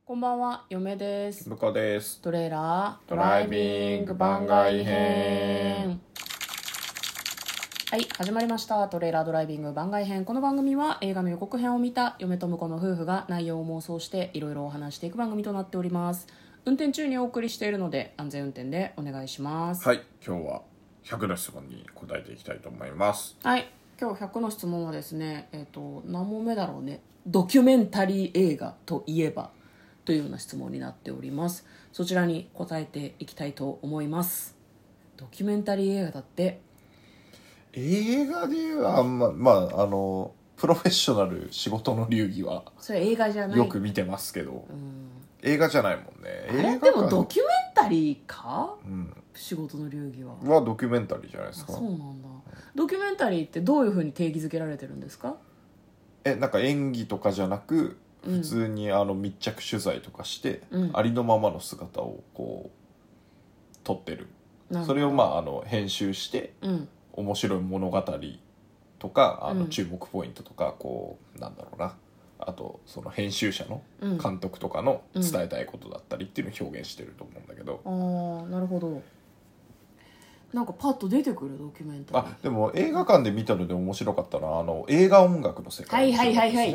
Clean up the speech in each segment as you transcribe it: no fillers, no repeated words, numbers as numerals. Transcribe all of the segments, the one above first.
こんばんは、嫁です。 向こうです。 トレーラードドライビング番外編。 はい、始まりました。トレーラードライビング番外編。この番組は映画の予告編を見た嫁と婿の夫婦が内容を妄想していろいろお話していく番組となっております。運転中にお送りしているので安全運転でお願いします。 はい、今日は100の質問に答えていきたいと思います。 はい、今日100の質問はですね、何問目だろうね。ドキュメンタリー映画といえばというような質問になっております。そちらに答えていきたいと思います。ドキュメンタリー映画だって。 映画ではプロフェッショナル仕事の流儀はそれ映画じゃないよく見てますけど、映画じゃないもんね。 あれ映画でもドキュメンタリーか、 うん、 仕事の流儀はドキュメンタリーじゃないですか。 そうなんだ。ドキュメンタリーってどういうふうに定義づけられてるんですか？ なんか演技とかじゃなく普通に密着取材とかして、ありのままの姿をこう撮ってる。それを編集して、面白い物語とか注目ポイントとかこうなんだろうな、あとその編集者の監督とかの伝えたいことだったりっていうのを表現してると思うんだけど、 ああ、なるほど。なんかパッと出てくるドキュメンタリー。 でも映画館で見たので面白かったのは映画音楽の世界、 はい、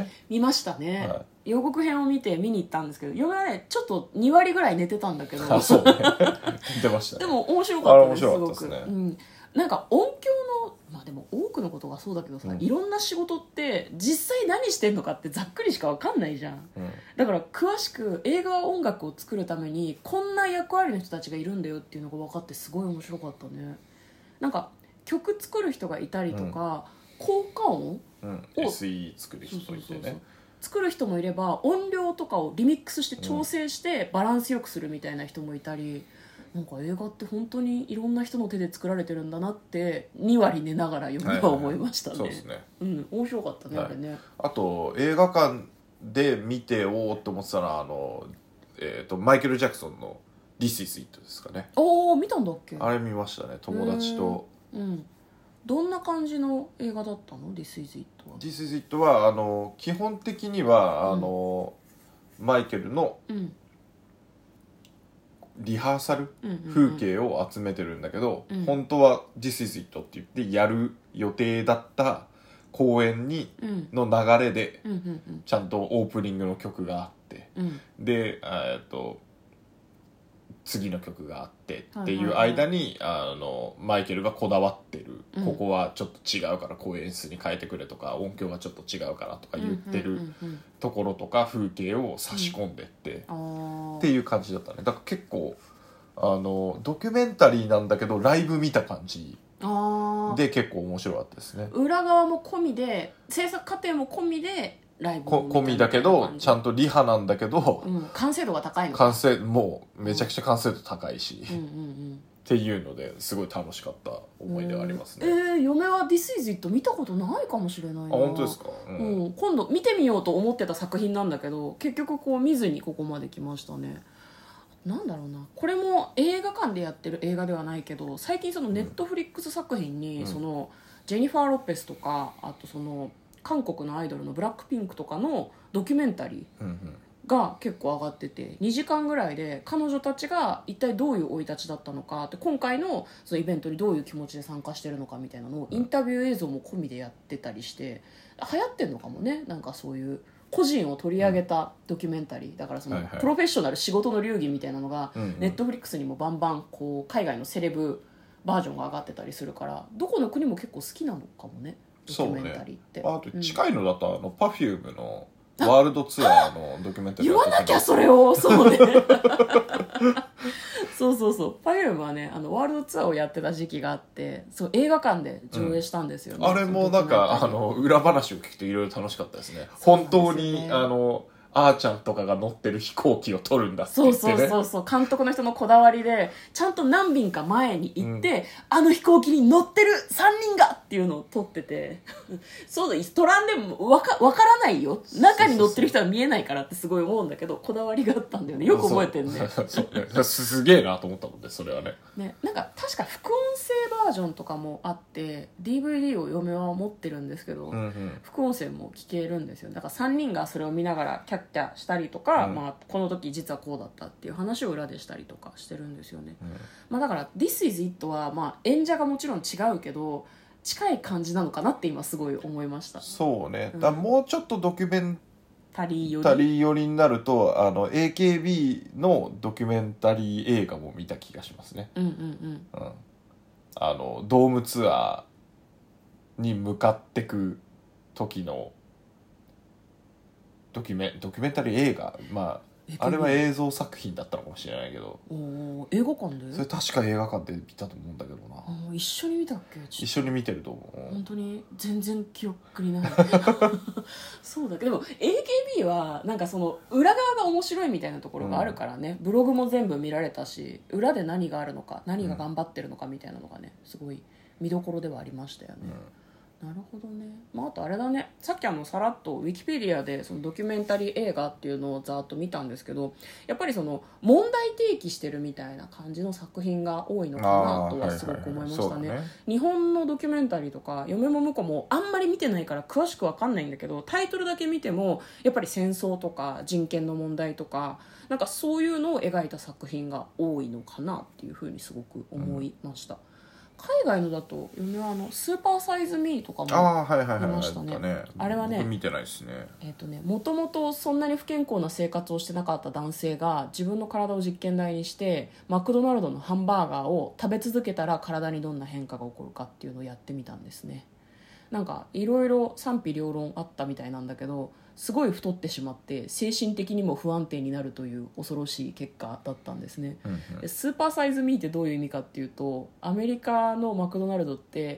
見ましたね、 はい、 予告編を見て見に行ったんですけど、嫁はねちょっと2割ぐらい寝てたんだけどそうね出ましたね。 でも面白かったです。 面白かったですね。 すごく、なんか音響のでも多くのことがそうだけどさ、いろんな仕事って実際何してんのかってざっくりしか分かんないじゃん、だから詳しく映画音楽を作るためにこんな役割の人たちがいるんだよっていうのが分かってすごい面白かったね。なんか曲作る人がいたりとか、効果音を、 SE 作る人いてね、 作る人もいれば音量とかをリミックスして調整してバランスよくするみたいな人もいたり、なんか映画って本当にいろんな人の手で作られてるんだなって2割寝ながら読みは思いましたね。 そうですね。 面白かったね、あれね。 あと映画館で見ておおって思ってたらマイケル・ジャクソンの This is It ですかね。 見たんだっけ？ あれ見ましたね、友達と。 どんな感じの映画だったの？ This is It は。 This is It は基本的にはマイケルのリハーサル、風景を集めてるんだけど、本当は This is It って言ってやる予定だった公演の流れでちゃんとオープニングの曲があって、で次の曲があってっていう間にマイケルがこだわってる、ここはちょっと違うからこういう演出に変えてくれとか、音響がちょっと違うからとか言ってるところとか風景を差し込んでって、っていう感じだったね。だから結構ドキュメンタリーなんだけどライブ見た感じで結構面白かったですね。 裏側も込みで、制作過程も込みでライブ込みだけどちゃんとリハなんだけど、 完成度が高いの。 もうめちゃくちゃ完成度高いし、っていうのですごい楽しかった思い出がありますね。 嫁は This is It 見たことないかもしれないな。 本当ですか？ 今度見てみようと思ってた作品なんだけど、結局こう見ずにここまで来ましたね。なんだろうな、これも映画館でやってる映画ではないけど、最近そのネットフリックス作品に、そのジェニファー・ロペスとか、あとその韓国のアイドルのブラックピンクとかのドキュメンタリーが結構上がってて、2時間ぐらいで彼女たちが一体どういう生い立ちだったのかって、今回のそのイベントにどういう気持ちで参加してるのかみたいなのをインタビュー映像も込みでやってたりして、流行ってんのかもね。なんかそういう個人を取り上げたドキュメンタリーだから、そのプロフェッショナル仕事の流儀みたいなのがネットフリックスにもバンバンこう海外のセレブバージョンが上がってたりするから、どこの国も結構好きなのかもね、ドキュメンタリーって。 あと近いのだとPerfume のワールドツアーのドキュメンタリー言わなきゃそれを。そうねそうPerfume はねワールドツアーをやってた時期があって、そう映画館で上映したんですよね、 あれもなんか裏話を聞くといろいろ楽しかったですね。本当にあーちゃんとかが乗ってる飛行機を撮るんだって言ってね。 そう監督の人のこだわりでちゃんと何便か前に行って、あの飛行機に乗ってる3人がっていうのを撮っててそうだ、撮らんでもわからないよ、中に乗ってる人は見えないからってすごい思うんだけど、こだわりがあったんだよね。よく覚えてんね。 そうね、すげえなと思ったもんね、それはね。 なんか確か副音声バージョンとかもあって DVD を嫁は持ってるんですけど、副音声も聞けるんですよ。だから3人がそれを見ながらキャッャキャしたりとか、 うんまあ、この時実はこうだったっていう話を裏でしたりとかしてるんですよね、 うんまあ、だから「This is It」は、まあ、演者がもちろん違うけど近い感じなのかなって今すごい思いました。 そうね、だもうちょっとドキュメンタリーよりタリー寄りになるとAKB のドキュメンタリー映画も見た気がしますね、 うんうんうん、ドームツアーに向かってく時のドキュメンタリー映画、まあ、あれは映像作品だったのかもしれないけど、 お映画館でそれ確か映画館で見たと思うんだけどな。 一緒に見たっけ？ 一緒に見てると思う。 本当に全然記憶にないそうだけど、でも AKB はなんかその裏側が面白いみたいなところがあるからね、ブログも全部見られたし、裏で何があるのか、何が頑張ってるのかみたいなのがね、すごい見どころではありましたよね、なるほどね、まあ、あとあれだね、さっきさらっとウィキペディアでそのドキュメンタリー映画っていうのをざーっと見たんですけど、やっぱりその問題提起してるみたいな感じの作品が多いのかなとはすごく思いましたね。日本のドキュメンタリーとか嫁も婿もあんまり見てないから詳しく分かんないんだけど、タイトルだけ見てもやっぱり戦争とか人権の問題とかなんかそういうのを描いた作品が多いのかなっていうふうにすごく思いました、海外のだと嫁はスーパーサイズミーとかも見ましたね。あれはね、 見てないですね。 もともとそんなに不健康な生活をしてなかった男性が自分の体を実験台にしてマクドナルドのハンバーガーを食べ続けたら体にどんな変化が起こるかっていうのをやってみたんですね。なんかいろいろ賛否両論あったみたいなんだけど、すごい太ってしまって精神的にも不安定になるという恐ろしい結果だったんですね、でスーパーサイズミーってどういう意味かっていうと、アメリカのマクドナルドって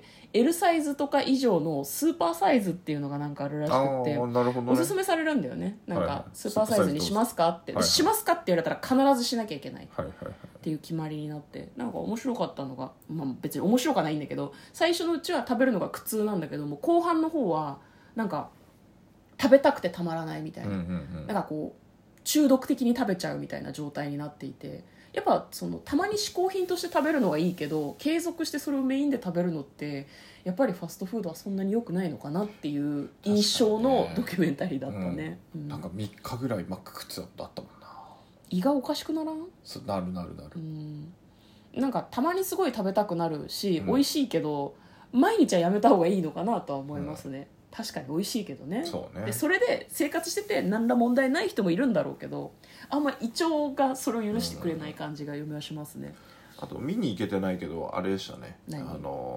L サイズとか以上のスーパーサイズっていうのがなんかあるらしくって、 なるほどね、 おすすめされるんだよね。なんかスーパーサイズにしますかって、しますかって言われたら必ずしなきゃいけないっていう決まりになって、なんか面白かったのが、まあ、別に面白くはないんだけど、最初のうちは食べるのが苦痛なんだけども、後半の方はなんか食べたくてたまらないみたいな、なんかこう中毒的に食べちゃうみたいな状態になっていて、やっぱそのたまに嗜好品として食べるのがいいけど継続してそれをメインで食べるのってやっぱりファストフードはそんなに良くないのかなっていう印象のドキュメンタリーだったね、 なんか3日ぐらいマック食ってただったもんな。 胃がおかしくならん？ なるなる、 なんかたまにすごい食べたくなるし、美味しいけど毎日はやめた方がいいのかなとは思いますね、確かに美味しいけどね。 そうね。 でそれで生活してて何ら問題ない人もいるんだろうけど、あんま胃腸がそれを許してくれない感じが嫁はしますね、 あと見に行けてないけどあれでしたね、 何？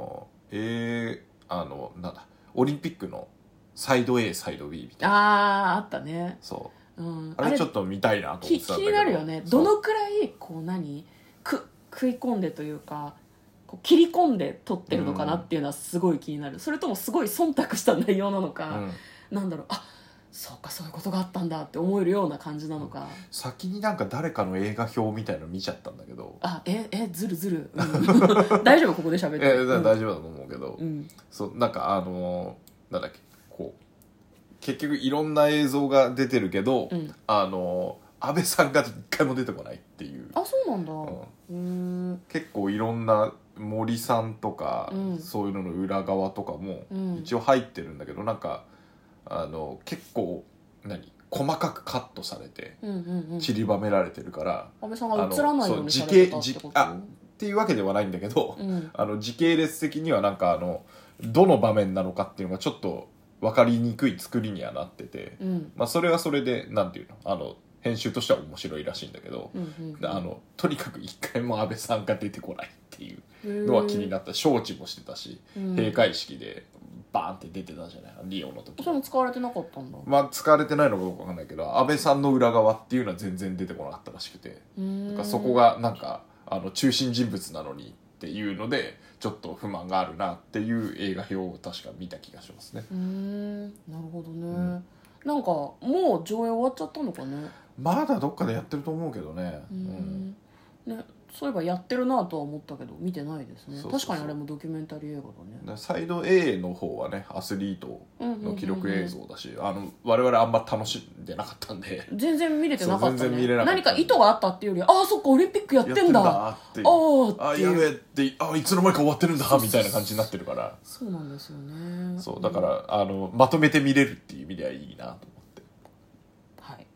なんだオリンピックのサイド A サイド B みたいなあったね。 そう、 うん、 あれちょっと見たいなと思ってたんだけど気になるよね。どのくらいこう食い込んでというかこう切り込んで撮ってるのかなっていうのはすごい気になる、それともすごい忖度した内容なのか、なんだろう、あ、そうかそういうことがあったんだって思えるような感じなのか、 先になんか誰かの映画表みたいの見ちゃったんだけど、 ずる、大丈夫ここで喋って、 大丈夫だと思うけど、そうなんかなんだっけ、こう結局いろんな映像が出てるけど、安倍さんが一回も出てこないっていう。 あ、そうなんだ、 結構いろんな森さんとか、そういうのの裏側とかも一応入ってるんだけど、なんか結構細かくカットされて散りばめられてるから、 安倍さんが映らないようにされてたってこと？ っていうわけではないんだけど、時系列的にはなんかどの場面なのかっていうのがちょっと分かりにくい作りにはなってて、まあそれはそれでなんていうの編集としては面白いらしいんだけど、とにかく一回も安倍さんが出てこないっていうのは気になった。招致もしてたし、閉会式でバーンって出てたじゃない、リオの時。 それも使われてなかったんだ。 まあ使われてないのかどうかわかんないけど、安倍さんの裏側っていうのは全然出てこなかったらしくて、なんかそこがなんか中心人物なのにっていうのでちょっと不満があるなっていう映画表を確か見た気がしますね。 なるほどね、なんかもう上映終わっちゃったのかね。 まだどっかでやってると思うけどね。 ね、そういえばやってるなとは思ったけど見てないですね。確かにあれもドキュメンタリー映画だね。 サイド A の方はねアスリートの記録映像だし、我々あんま楽しんでなかったんで全然見れてなかったね。 全然見れなかった。 何か意図があったっていうより、ああそっかオリンピックやってんだってやべえっていつの間にか終わってるんだみたいな感じになってるから。 そうなんですよね。 そうだからまとめて見れるっていう意味ではいいなと思って。 はい。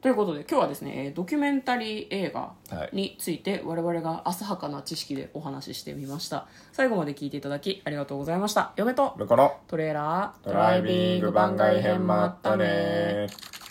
ということで今日はですねドキュメンタリー映画について我々が浅はかな知識でお話ししてみました。最後まで聞いていただきありがとうございました。嫁とだからトレーラードライビング番外編もあったね。